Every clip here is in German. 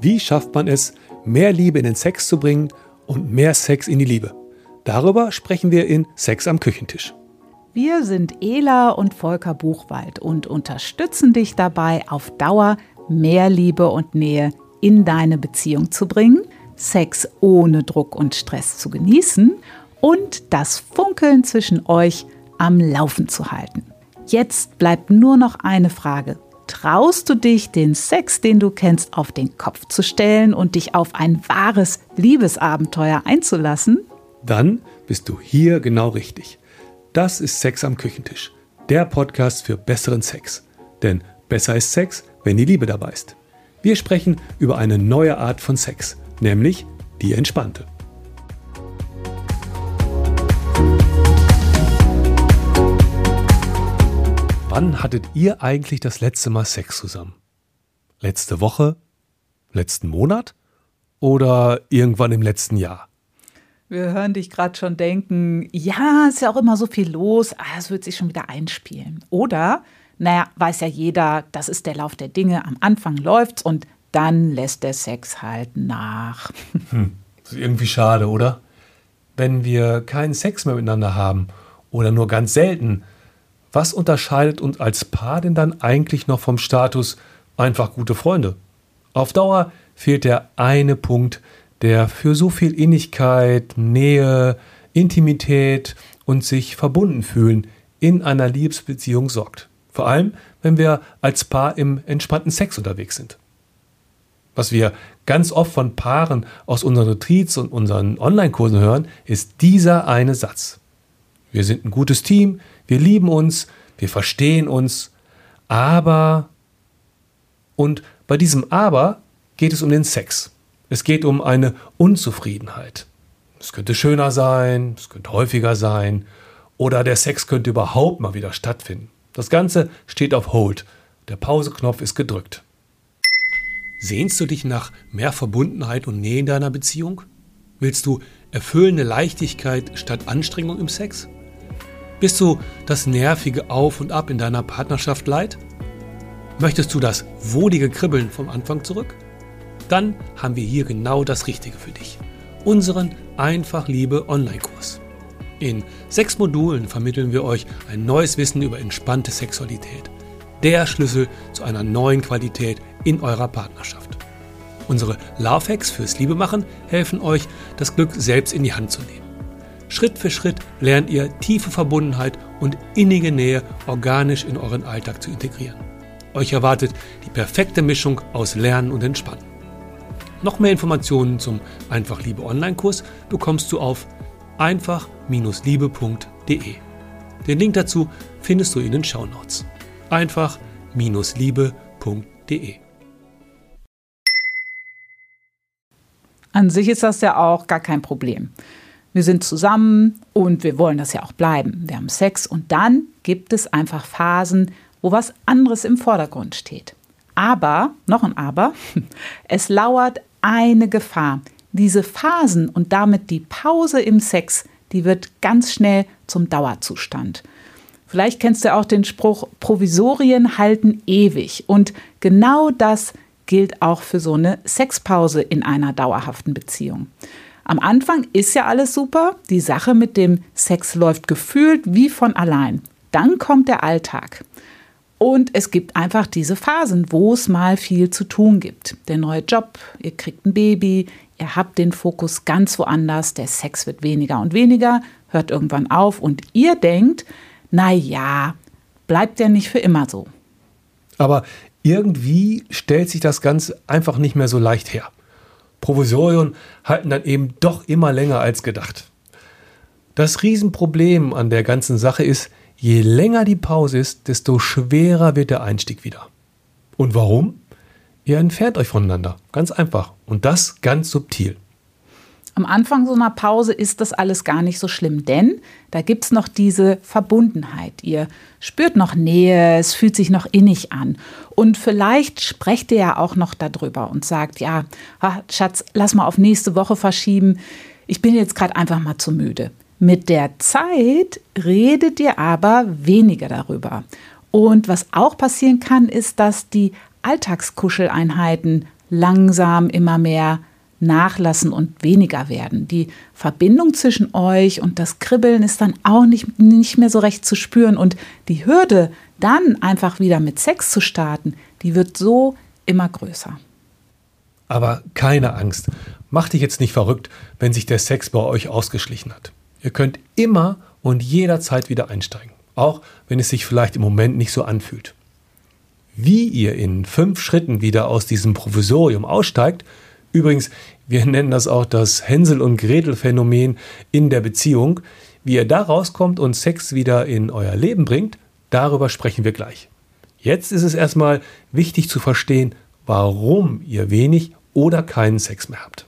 Wie schafft man es, mehr Liebe in den Sex zu bringen und mehr Sex in die Liebe? Darüber sprechen wir in Sex am Küchentisch. Wir sind Ela und Volker Buchwald und unterstützen dich dabei, auf Dauer mehr Liebe und Nähe in deine Beziehung zu bringen, Sex ohne Druck und Stress zu genießen und das Funkeln zwischen euch am Laufen zu halten. Jetzt bleibt nur noch eine Frage. Traust du dich, den Sex, den du kennst, auf den Kopf zu stellen und dich auf ein wahres Liebesabenteuer einzulassen? Dann bist du hier genau richtig. Das ist Sex am Küchentisch, der Podcast für besseren Sex. Denn besser ist Sex, wenn die Liebe dabei ist. Wir sprechen über eine neue Art von Sex, nämlich die entspannte. Wann hattet ihr eigentlich das letzte Mal Sex zusammen? Letzte Woche? Letzten Monat? Oder irgendwann im letzten Jahr? Wir hören dich gerade schon denken, ja, ist ja auch immer so viel los, es wird sich schon wieder einspielen. Oder, weiß ja jeder, das ist der Lauf der Dinge, am Anfang läuft's und dann lässt der Sex halt nach. Das ist irgendwie schade, oder? Wenn wir keinen Sex mehr miteinander haben oder nur ganz selten, was unterscheidet uns als Paar denn dann eigentlich noch vom Status einfach gute Freunde? Auf Dauer fehlt der eine Punkt, der für so viel Innigkeit, Nähe, Intimität und sich verbunden fühlen in einer Liebesbeziehung sorgt. Vor allem, wenn wir als Paar im entspannten Sex unterwegs sind. Was wir ganz oft von Paaren aus unseren Retreats und unseren Online-Kursen hören, ist dieser eine Satz. Wir sind ein gutes Team, wir lieben uns, wir verstehen uns, aber... Und bei diesem Aber geht es um den Sex. Es geht um eine Unzufriedenheit. Es könnte schöner sein, es könnte häufiger sein oder der Sex könnte überhaupt mal wieder stattfinden. Das Ganze steht auf Hold. Der Pauseknopf ist gedrückt. Sehnst du dich nach mehr Verbundenheit und Nähe in deiner Beziehung? Willst du erfüllende Leichtigkeit statt Anstrengung im Sex? Bist du das nervige Auf und Ab in deiner Partnerschaft leid? Möchtest du das wohlige Kribbeln vom Anfang zurück? Dann haben wir hier genau das Richtige für dich. Unseren Einfach-Liebe-Online-Kurs. In 6 Modulen vermitteln wir euch ein neues Wissen über entspannte Sexualität. Der Schlüssel zu einer neuen Qualität in eurer Partnerschaft. Unsere Love Hacks fürs Liebemachen helfen euch, das Glück selbst in die Hand zu nehmen. Schritt für Schritt lernt ihr tiefe Verbundenheit und innige Nähe organisch in euren Alltag zu integrieren. Euch erwartet die perfekte Mischung aus Lernen und Entspannen. Noch mehr Informationen zum Einfach-Liebe-Online-Kurs bekommst du auf einfach-liebe.de. Den Link dazu findest du in den Shownotes. einfach-liebe.de. An sich ist das ja auch gar kein Problem. Wir sind zusammen und wir wollen das ja auch bleiben. Wir haben Sex und dann gibt es einfach Phasen, wo was anderes im Vordergrund steht. Aber, noch ein Aber, es lauert eine Gefahr. Diese Phasen und damit die Pause im Sex, die wird ganz schnell zum Dauerzustand. Vielleicht kennst du auch den Spruch, Provisorien halten ewig. Und genau das gilt auch für so eine Sexpause in einer dauerhaften Beziehung. Am Anfang ist ja alles super, die Sache mit dem Sex läuft gefühlt wie von allein. Dann kommt der Alltag. Und es gibt einfach diese Phasen, wo es mal viel zu tun gibt. Der neue Job, ihr kriegt ein Baby, ihr habt den Fokus ganz woanders, der Sex wird weniger und weniger, hört irgendwann auf und ihr denkt, bleibt ja nicht für immer so. Aber irgendwie stellt sich das Ganze einfach nicht mehr so leicht her. Provisorien halten dann eben doch immer länger als gedacht. Das Riesenproblem an der ganzen Sache ist, je länger die Pause ist, desto schwerer wird der Einstieg wieder. Und warum? Ihr entfernt euch voneinander. Ganz einfach. Und das ganz subtil. Am Anfang so einer Pause ist das alles gar nicht so schlimm, denn da gibt es noch diese Verbundenheit. Ihr spürt noch Nähe, es fühlt sich noch innig an. Und vielleicht sprecht ihr ja auch noch darüber und sagt, Schatz, lass mal auf nächste Woche verschieben. Ich bin jetzt gerade einfach mal zu müde. Mit der Zeit redet ihr aber weniger darüber. Und was auch passieren kann, ist, dass die Alltagskuscheleinheiten langsam immer mehr nachlassen und weniger werden. Die Verbindung zwischen euch und das Kribbeln ist dann auch nicht mehr so recht zu spüren. Und die Hürde, dann einfach wieder mit Sex zu starten, die wird so immer größer. Aber keine Angst, macht dich jetzt nicht verrückt, wenn sich der Sex bei euch ausgeschlichen hat. Ihr könnt immer und jederzeit wieder einsteigen, auch wenn es sich vielleicht im Moment nicht so anfühlt. Wie ihr in 5 Schritten wieder aus diesem Provisorium aussteigt, übrigens, wir nennen das auch das Hänsel- und Gretel-Phänomen in der Beziehung, wie ihr da rauskommt und Sex wieder in euer Leben bringt, darüber sprechen wir gleich. Jetzt ist es erstmal wichtig zu verstehen, warum ihr wenig oder keinen Sex mehr habt.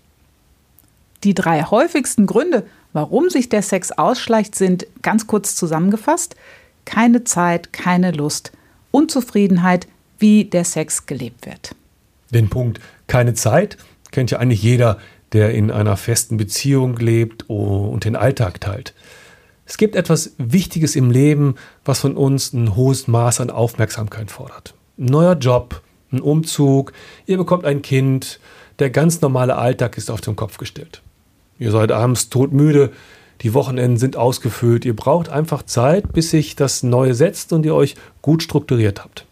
Die 3 häufigsten Gründe, warum sich der Sex ausschleicht, sind ganz kurz zusammengefasst: keine Zeit, keine Lust, Unzufriedenheit, wie der Sex gelebt wird. Den Punkt keine Zeit kennt ja eigentlich jeder, der in einer festen Beziehung lebt und den Alltag teilt. Es gibt etwas Wichtiges im Leben, was von uns ein hohes Maß an Aufmerksamkeit fordert. Ein neuer Job, ein Umzug, ihr bekommt ein Kind, der ganz normale Alltag ist auf den Kopf gestellt. Ihr seid abends todmüde, die Wochenenden sind ausgefüllt, ihr braucht einfach Zeit, bis sich das Neue setzt und ihr euch gut strukturiert habt.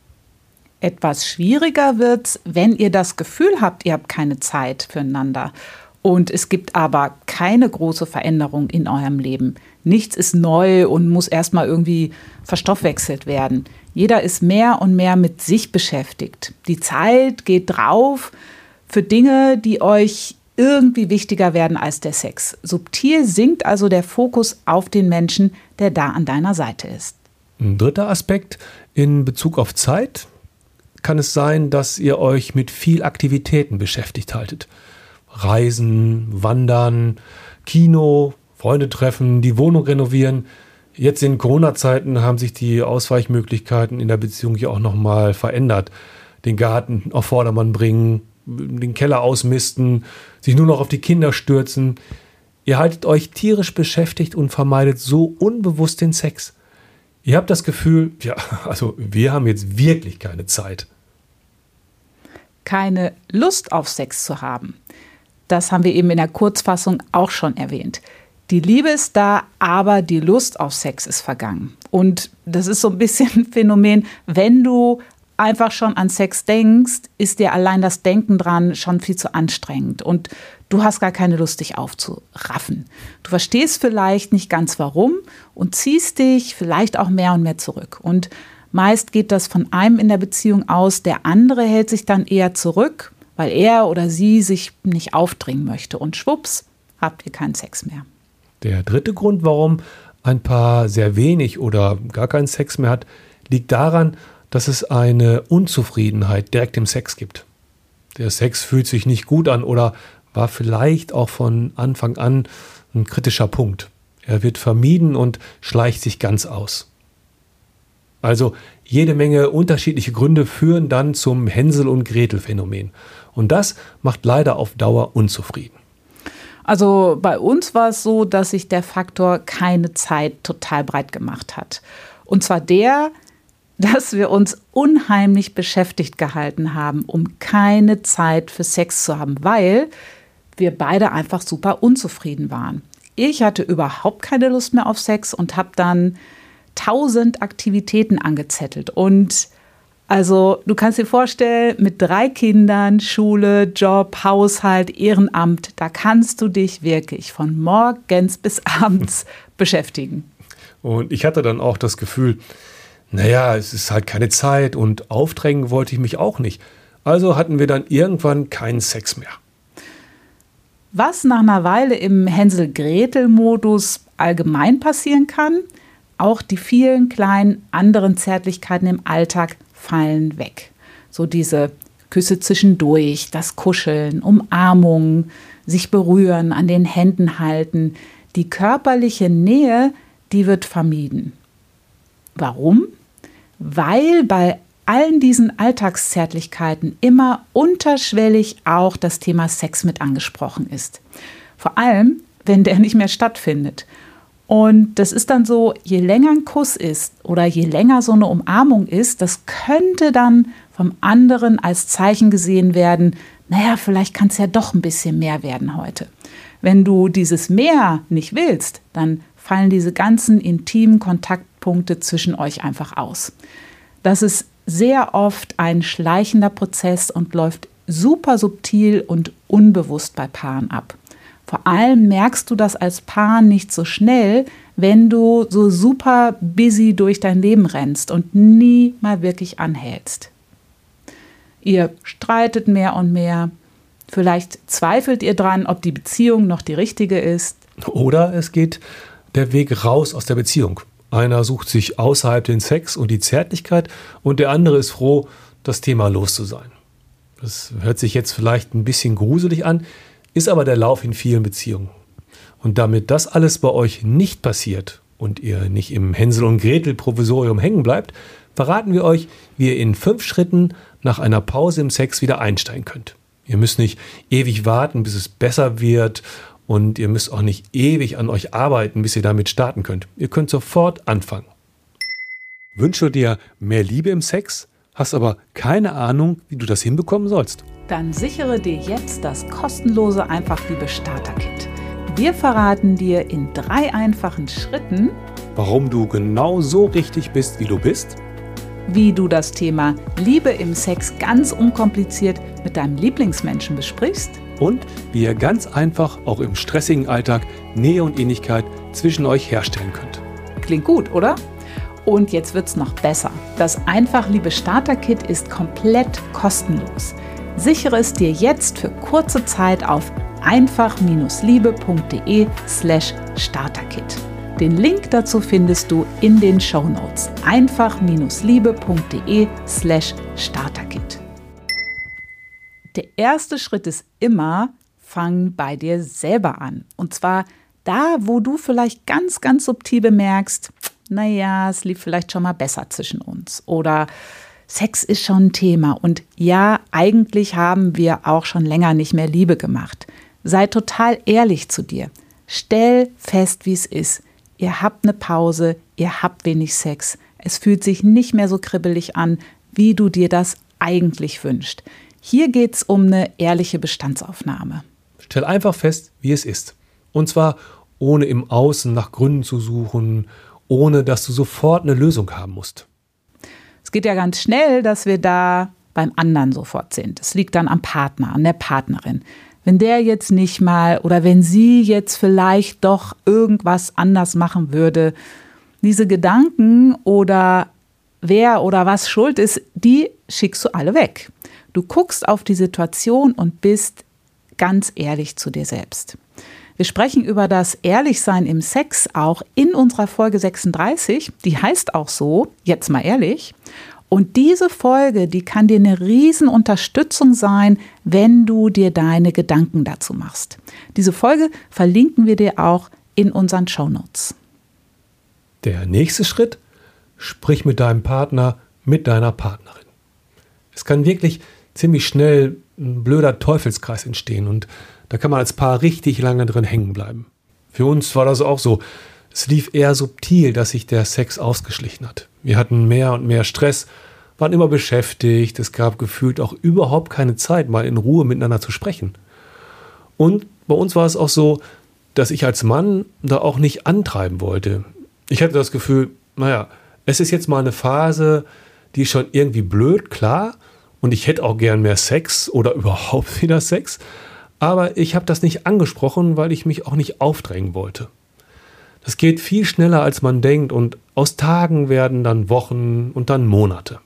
Etwas schwieriger wird's, wenn ihr das Gefühl habt, ihr habt keine Zeit füreinander. Und es gibt aber keine große Veränderung in eurem Leben. Nichts ist neu und muss erstmal irgendwie verstoffwechselt werden. Jeder ist mehr und mehr mit sich beschäftigt. Die Zeit geht drauf für Dinge, die euch irgendwie wichtiger werden als der Sex. Subtil sinkt also der Fokus auf den Menschen, der da an deiner Seite ist. Ein dritter Aspekt in Bezug auf Zeit kann es sein, dass ihr euch mit viel Aktivitäten beschäftigt haltet. Reisen, Wandern, Kino, Freunde treffen, die Wohnung renovieren. Jetzt in Corona-Zeiten haben sich die Ausweichmöglichkeiten in der Beziehung ja auch nochmal verändert. Den Garten auf Vordermann bringen, den Keller ausmisten, sich nur noch auf die Kinder stürzen. Ihr haltet euch tierisch beschäftigt und vermeidet so unbewusst den Sex. Ihr habt das Gefühl, wir haben jetzt wirklich keine Zeit. Keine Lust auf Sex zu haben. Das haben wir eben in der Kurzfassung auch schon erwähnt. Die Liebe ist da, aber die Lust auf Sex ist vergangen. Und das ist so ein bisschen ein Phänomen, wenn du einfach schon an Sex denkst, ist dir allein das Denken dran schon viel zu anstrengend. Und du hast gar keine Lust, dich aufzuraffen. Du verstehst vielleicht nicht ganz warum und ziehst dich vielleicht auch mehr und mehr zurück. Und meist geht das von einem in der Beziehung aus, der andere hält sich dann eher zurück, weil er oder sie sich nicht aufdringen möchte. Und schwupps, habt ihr keinen Sex mehr. Der dritte Grund, warum ein Paar sehr wenig oder gar keinen Sex mehr hat, liegt daran, dass es eine Unzufriedenheit direkt im Sex gibt. Der Sex fühlt sich nicht gut an oder war vielleicht auch von Anfang an ein kritischer Punkt. Er wird vermieden und schleicht sich ganz aus. Also jede Menge unterschiedliche Gründe führen dann zum Hänsel- und Gretel-Phänomen. Und das macht leider auf Dauer unzufrieden. Also bei uns war es so, dass sich der Faktor keine Zeit total breit gemacht hat. Und zwar dass wir uns unheimlich beschäftigt gehalten haben, um keine Zeit für Sex zu haben, weil wir beide einfach super unzufrieden waren. Ich hatte überhaupt keine Lust mehr auf Sex und habe dann 1000 Aktivitäten angezettelt. Und also du kannst dir vorstellen, mit 3 Kindern, Schule, Job, Haushalt, Ehrenamt, da kannst du dich wirklich von morgens bis abends beschäftigen. Und ich hatte dann auch das Gefühl, es ist halt keine Zeit und aufdrängen wollte ich mich auch nicht. Also hatten wir dann irgendwann keinen Sex mehr. Was nach einer Weile im Hänsel-Gretel-Modus allgemein passieren kann, auch die vielen kleinen anderen Zärtlichkeiten im Alltag fallen weg. So diese Küsse zwischendurch, das Kuscheln, Umarmungen, sich berühren, an den Händen halten. Die körperliche Nähe, die wird vermieden. Warum? Weil bei allen diesen Alltagszärtlichkeiten immer unterschwellig auch das Thema Sex mit angesprochen ist. Vor allem, wenn der nicht mehr stattfindet. Und das ist dann so, je länger ein Kuss ist oder je länger so eine Umarmung ist, das könnte dann vom anderen als Zeichen gesehen werden, naja, vielleicht kann es ja doch ein bisschen mehr werden heute. Wenn du dieses Mehr nicht willst, dann fallen diese ganzen intimen Kontaktpunkte zwischen euch einfach aus. Das ist sehr oft ein schleichender Prozess und läuft super subtil und unbewusst bei Paaren ab. Vor allem merkst du das als Paar nicht so schnell, wenn du so super busy durch dein Leben rennst und nie mal wirklich anhältst. Ihr streitet mehr und mehr. Vielleicht zweifelt ihr dran, ob die Beziehung noch die richtige ist. Oder es geht der Weg raus aus der Beziehung. Einer sucht sich außerhalb den Sex und die Zärtlichkeit und der andere ist froh, das Thema los zu sein. Das hört sich jetzt vielleicht ein bisschen gruselig an, ist aber der Lauf in vielen Beziehungen. Und damit das alles bei euch nicht passiert und ihr nicht im Hänsel- und Gretel-Provisorium hängen bleibt, verraten wir euch, wie ihr in 5 Schritten nach einer Pause im Sex wieder einsteigen könnt. Ihr müsst nicht ewig warten, bis es besser wird und ihr müsst auch nicht ewig an euch arbeiten, bis ihr damit starten könnt. Ihr könnt sofort anfangen. Wünschst du dir mehr Liebe im Sex, hast aber keine Ahnung, wie du das hinbekommen sollst? Dann sichere dir jetzt das kostenlose Einfach-Liebe-Starter-Kit. Wir verraten dir in 3 einfachen Schritten, warum du genau so richtig bist, wie du bist, wie du das Thema Liebe im Sex ganz unkompliziert mit deinem Lieblingsmenschen besprichst und wie ihr ganz einfach auch im stressigen Alltag Nähe und Ähnlichkeit zwischen euch herstellen könnt. Klingt gut, oder? Und jetzt wird's noch besser. Das Einfach-Liebe-Starter-Kit ist komplett kostenlos. Sichere es dir jetzt für kurze Zeit auf einfach-liebe.de/Starter-Kit. Den Link dazu findest du in den Shownotes. einfach-liebe.de/Starter-Kit. Der erste Schritt ist immer, fang bei dir selber an. Und zwar da, wo du vielleicht ganz, ganz subtil bemerkst, naja, es lief vielleicht schon mal besser zwischen uns. Oder Sex ist schon ein Thema. Und ja, eigentlich haben wir auch schon länger nicht mehr Liebe gemacht. Sei total ehrlich zu dir. Stell fest, wie es ist. Ihr habt eine Pause, ihr habt wenig Sex. Es fühlt sich nicht mehr so kribbelig an, wie du dir das eigentlich wünschst. Hier geht es um eine ehrliche Bestandsaufnahme. Stell einfach fest, wie es ist. Und zwar ohne im Außen nach Gründen zu suchen, ohne dass du sofort eine Lösung haben musst. Es geht ja ganz schnell, dass wir da beim anderen sofort sind. Es liegt dann am Partner, an der Partnerin. Wenn der jetzt nicht mal oder wenn sie jetzt vielleicht doch irgendwas anders machen würde, diese Gedanken oder wer oder was schuld ist, die schickst du alle weg. Du guckst auf die Situation und bist ganz ehrlich zu dir selbst. Wir sprechen über das Ehrlichsein im Sex auch in unserer Folge 36. Die heißt auch so, jetzt mal ehrlich. Und diese Folge, die kann dir eine riesen Unterstützung sein, wenn du dir deine Gedanken dazu machst. Diese Folge verlinken wir dir auch in unseren Shownotes. Der nächste Schritt, sprich mit deinem Partner, mit deiner Partnerin. Es kann wirklich ziemlich schnell ein blöder Teufelskreis entstehen und da kann man als Paar richtig lange drin hängen bleiben. Für uns war das auch so. Es lief eher subtil, dass sich der Sex ausgeschlichen hat. Wir hatten mehr und mehr Stress, waren immer beschäftigt. Es gab gefühlt auch überhaupt keine Zeit, mal in Ruhe miteinander zu sprechen. Und bei uns war es auch so, dass ich als Mann da auch nicht antreiben wollte. Ich hatte das Gefühl, naja, es ist jetzt mal eine Phase, die ist schon irgendwie blöd, klar. Und ich hätte auch gern mehr Sex oder überhaupt wieder Sex. Aber ich habe das nicht angesprochen, weil ich mich auch nicht aufdrängen wollte. Das geht viel schneller, als man denkt und aus Tagen werden dann Wochen und dann Monate.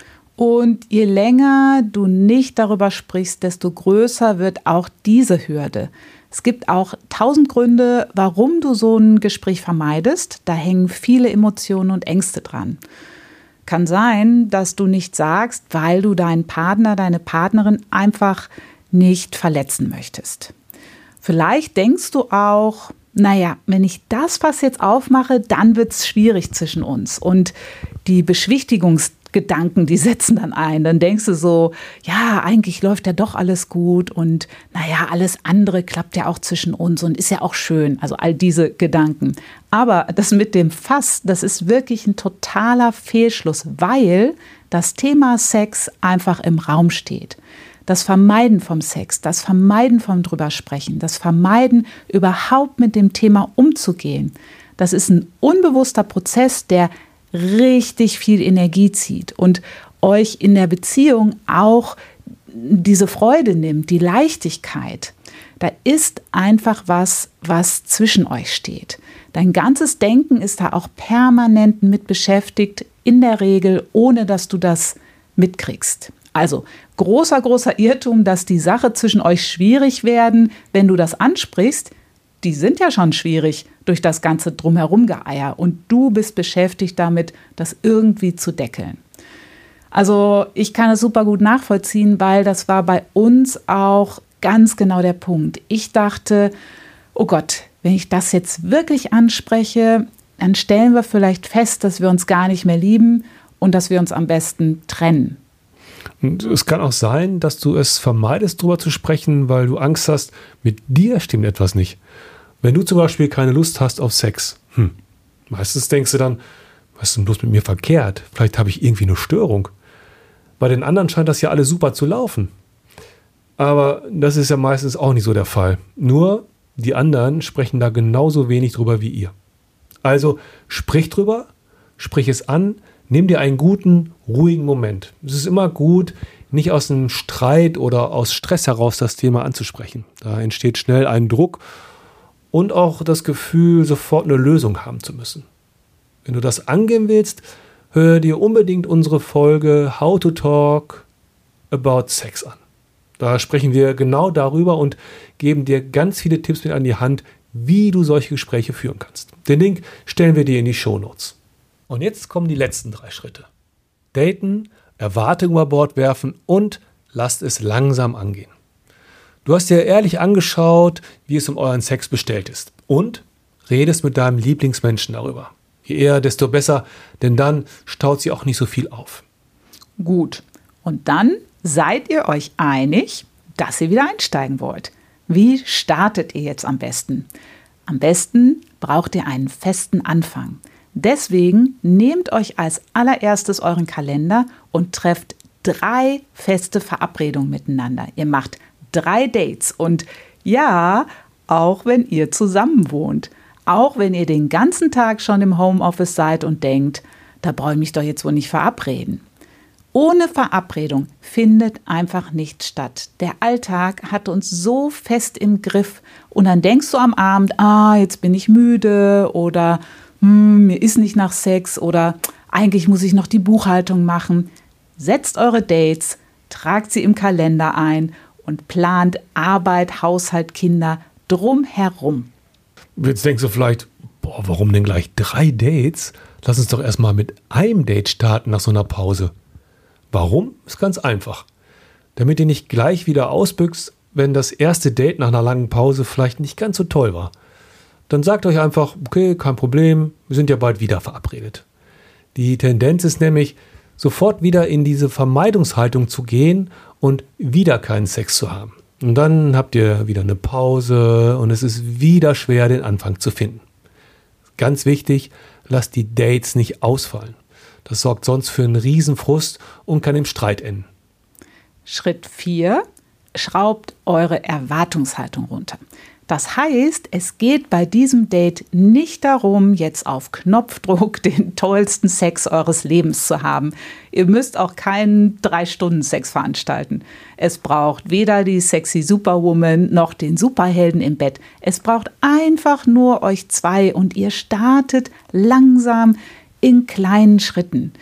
Und je länger du nicht darüber sprichst, desto größer wird auch diese Hürde. Es gibt auch 1000 Gründe, warum du so ein Gespräch vermeidest. Da hängen viele Emotionen und Ängste dran. Kann sein, dass du nicht sagst, weil du deinen Partner, deine Partnerin einfach nicht verletzen möchtest. Vielleicht denkst du auch, naja, wenn ich das Fass jetzt aufmache, dann wird es schwierig zwischen uns. Und die Beschwichtigungskette Gedanken, die setzen dann ein. Dann denkst du so, ja, eigentlich läuft ja doch alles gut und naja, alles andere klappt ja auch zwischen uns und ist ja auch schön. Also all diese Gedanken. Aber das mit dem Fass, das ist wirklich ein totaler Fehlschluss, weil das Thema Sex einfach im Raum steht. Das Vermeiden vom Sex, das Vermeiden vom drüber sprechen, das Vermeiden, überhaupt mit dem Thema umzugehen. Das ist ein unbewusster Prozess, der richtig viel Energie zieht und euch in der Beziehung auch diese Freude nimmt, die Leichtigkeit. Da ist einfach was zwischen euch steht. Dein ganzes Denken ist da auch permanent mit beschäftigt, in der Regel, ohne dass du das mitkriegst. Also großer Irrtum, dass die Sache zwischen euch schwierig werden, wenn du das ansprichst. Die sind ja schon schwierig durch das ganze Drumherum-Geeier und du bist beschäftigt damit, das irgendwie zu deckeln. Also ich kann es super gut nachvollziehen, weil das war bei uns auch ganz genau der Punkt. Ich dachte, oh Gott, wenn ich das jetzt wirklich anspreche, dann stellen wir vielleicht fest, dass wir uns gar nicht mehr lieben und dass wir uns am besten trennen. Und es kann auch sein, dass du es vermeidest, darüber zu sprechen, weil du Angst hast, mit dir stimmt etwas nicht. Wenn du zum Beispiel keine Lust hast auf Sex, meistens denkst du dann, was ist denn bloß mit mir verkehrt? Vielleicht habe ich irgendwie eine Störung. Bei den anderen scheint das ja alles super zu laufen. Aber das ist ja meistens auch nicht so der Fall. Nur die anderen sprechen da genauso wenig drüber wie ihr. Also sprich drüber, sprich es an, nimm dir einen guten, ruhigen Moment. Es ist immer gut, nicht aus einem Streit oder aus Stress heraus das Thema anzusprechen. Da entsteht schnell ein Druck und auch das Gefühl, sofort eine Lösung haben zu müssen. Wenn du das angehen willst, hör dir unbedingt unsere Folge How to Talk About Sex an. Da sprechen wir genau darüber und geben dir ganz viele Tipps mit an die Hand, wie du solche Gespräche führen kannst. Den Link stellen wir dir in die Shownotes. Und jetzt kommen die letzten 3 Schritte. Daten, Erwartungen über Bord werfen und lasst es langsam angehen. Du hast dir ehrlich angeschaut, wie es um euren Sex bestellt ist und redest mit deinem Lieblingsmenschen darüber. Je eher, desto besser, denn dann staut sie auch nicht so viel auf. Gut, und dann seid ihr euch einig, dass ihr wieder einsteigen wollt. Wie startet ihr jetzt am besten? Am besten braucht ihr einen festen Anfang. Deswegen nehmt euch als allererstes euren Kalender und trefft 3 feste Verabredungen miteinander. Ihr macht 3 Dates und ja, auch wenn ihr zusammen wohnt, auch wenn ihr den ganzen Tag schon im Homeoffice seid und denkt, da brauche ich mich doch jetzt wohl nicht verabreden. Ohne Verabredung findet einfach nichts statt. Der Alltag hat uns so fest im Griff und dann denkst du am Abend, jetzt bin ich müde oder mir ist nicht nach Sex oder eigentlich muss ich noch die Buchhaltung machen. Setzt eure Dates, tragt sie im Kalender ein und plant Arbeit, Haushalt, Kinder drumherum. Jetzt denkst du vielleicht, warum denn gleich 3 Dates? Lass uns doch erstmal mit einem Date starten nach so einer Pause. Warum? Ist ganz einfach. Damit ihr nicht gleich wieder ausbüchst, wenn das erste Date nach einer langen Pause vielleicht nicht ganz so toll war. Dann sagt euch einfach, okay, kein Problem, wir sind ja bald wieder verabredet. Die Tendenz ist nämlich, sofort wieder in diese Vermeidungshaltung zu gehen und wieder keinen Sex zu haben. Und dann habt ihr wieder eine Pause und es ist wieder schwer, den Anfang zu finden. Ganz wichtig, lasst die Dates nicht ausfallen. Das sorgt sonst für einen Riesenfrust und kann im Streit enden. Schritt 4, schraubt eure Erwartungshaltung runter. Das heißt, es geht bei diesem Date nicht darum, jetzt auf Knopfdruck den tollsten Sex eures Lebens zu haben. Ihr müsst auch keinen 3-Stunden-Sex veranstalten. Es braucht weder die sexy Superwoman noch den Superhelden im Bett. Es braucht einfach nur euch 2 und ihr startet langsam in kleinen Schritten.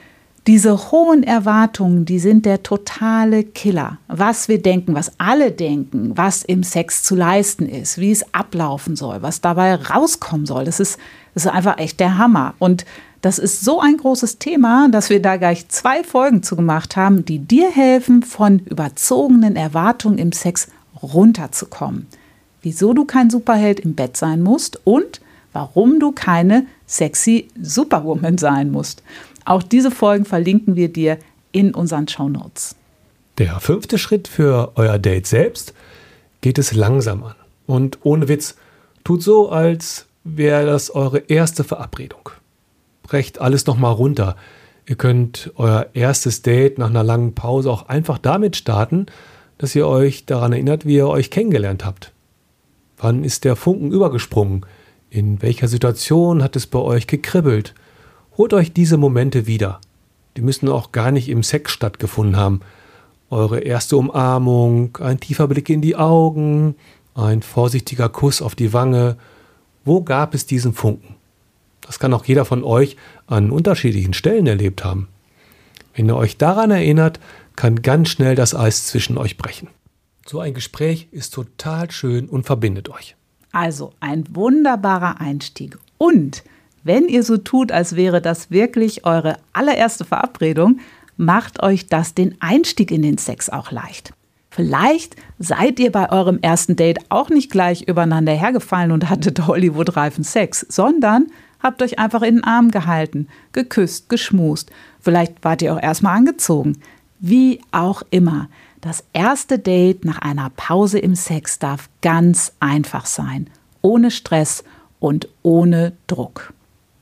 Diese hohen Erwartungen, die sind der totale Killer. Was wir denken, was alle denken, was im Sex zu leisten ist, wie es ablaufen soll, was dabei rauskommen soll, das ist einfach echt der Hammer. Und das ist so ein großes Thema, dass wir da gleich 2 Folgen zu gemacht haben, die dir helfen, von überzogenen Erwartungen im Sex runterzukommen. Wieso du kein Superheld im Bett sein musst und warum du keine sexy Superwoman sein musst. Auch diese Folgen verlinken wir dir in unseren Shownotes. Der 5. Schritt für euer Date selbst: geht es langsam an. Und ohne Witz, tut so, als wäre das eure erste Verabredung. Brecht alles nochmal runter. Ihr könnt euer erstes Date nach einer langen Pause auch einfach damit starten, dass ihr euch daran erinnert, wie ihr euch kennengelernt habt. Wann ist der Funken übergesprungen? In welcher Situation hat es bei euch gekribbelt? Holt euch diese Momente wieder. Die müssen auch gar nicht im Sex stattgefunden haben. Eure erste Umarmung, ein tiefer Blick in die Augen, ein vorsichtiger Kuss auf die Wange. Wo gab es diesen Funken? Das kann auch jeder von euch an unterschiedlichen Stellen erlebt haben. Wenn ihr euch daran erinnert, kann ganz schnell das Eis zwischen euch brechen. So ein Gespräch ist total schön und verbindet euch. Also ein wunderbarer Einstieg. Und wenn ihr so tut, als wäre das wirklich eure allererste Verabredung, macht euch das den Einstieg in den Sex auch leicht. Vielleicht seid ihr bei eurem ersten Date auch nicht gleich übereinander hergefallen und hattet Hollywood-reifen Sex, sondern habt euch einfach in den Arm gehalten, geküsst, geschmust. Vielleicht wart ihr auch erstmal angezogen. Wie auch immer. Das erste Date nach einer Pause im Sex darf ganz einfach sein. Ohne Stress und ohne Druck.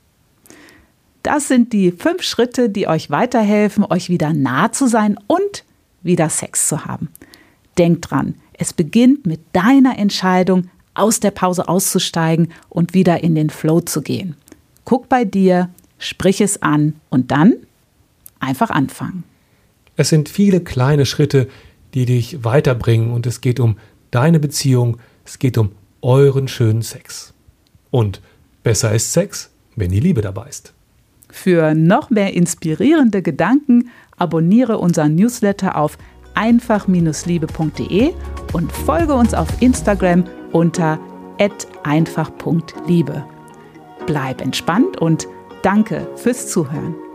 Das sind die 5 Schritte, die euch weiterhelfen, euch wieder nah zu sein und wieder Sex zu haben. Denkt dran, es beginnt mit deiner Entscheidung, aus der Pause auszusteigen und wieder in den Flow zu gehen. Guck bei dir, sprich es an und dann einfach anfangen. Es sind viele kleine Schritte, die dich weiterbringen, und es geht um deine Beziehung, es geht um euren schönen Sex. Und besser ist Sex, wenn die Liebe dabei ist. Für noch mehr inspirierende Gedanken abonniere unseren Newsletter auf einfach-liebe.de und folge uns auf Instagram unter @einfach.liebe. Bleib entspannt und danke fürs Zuhören.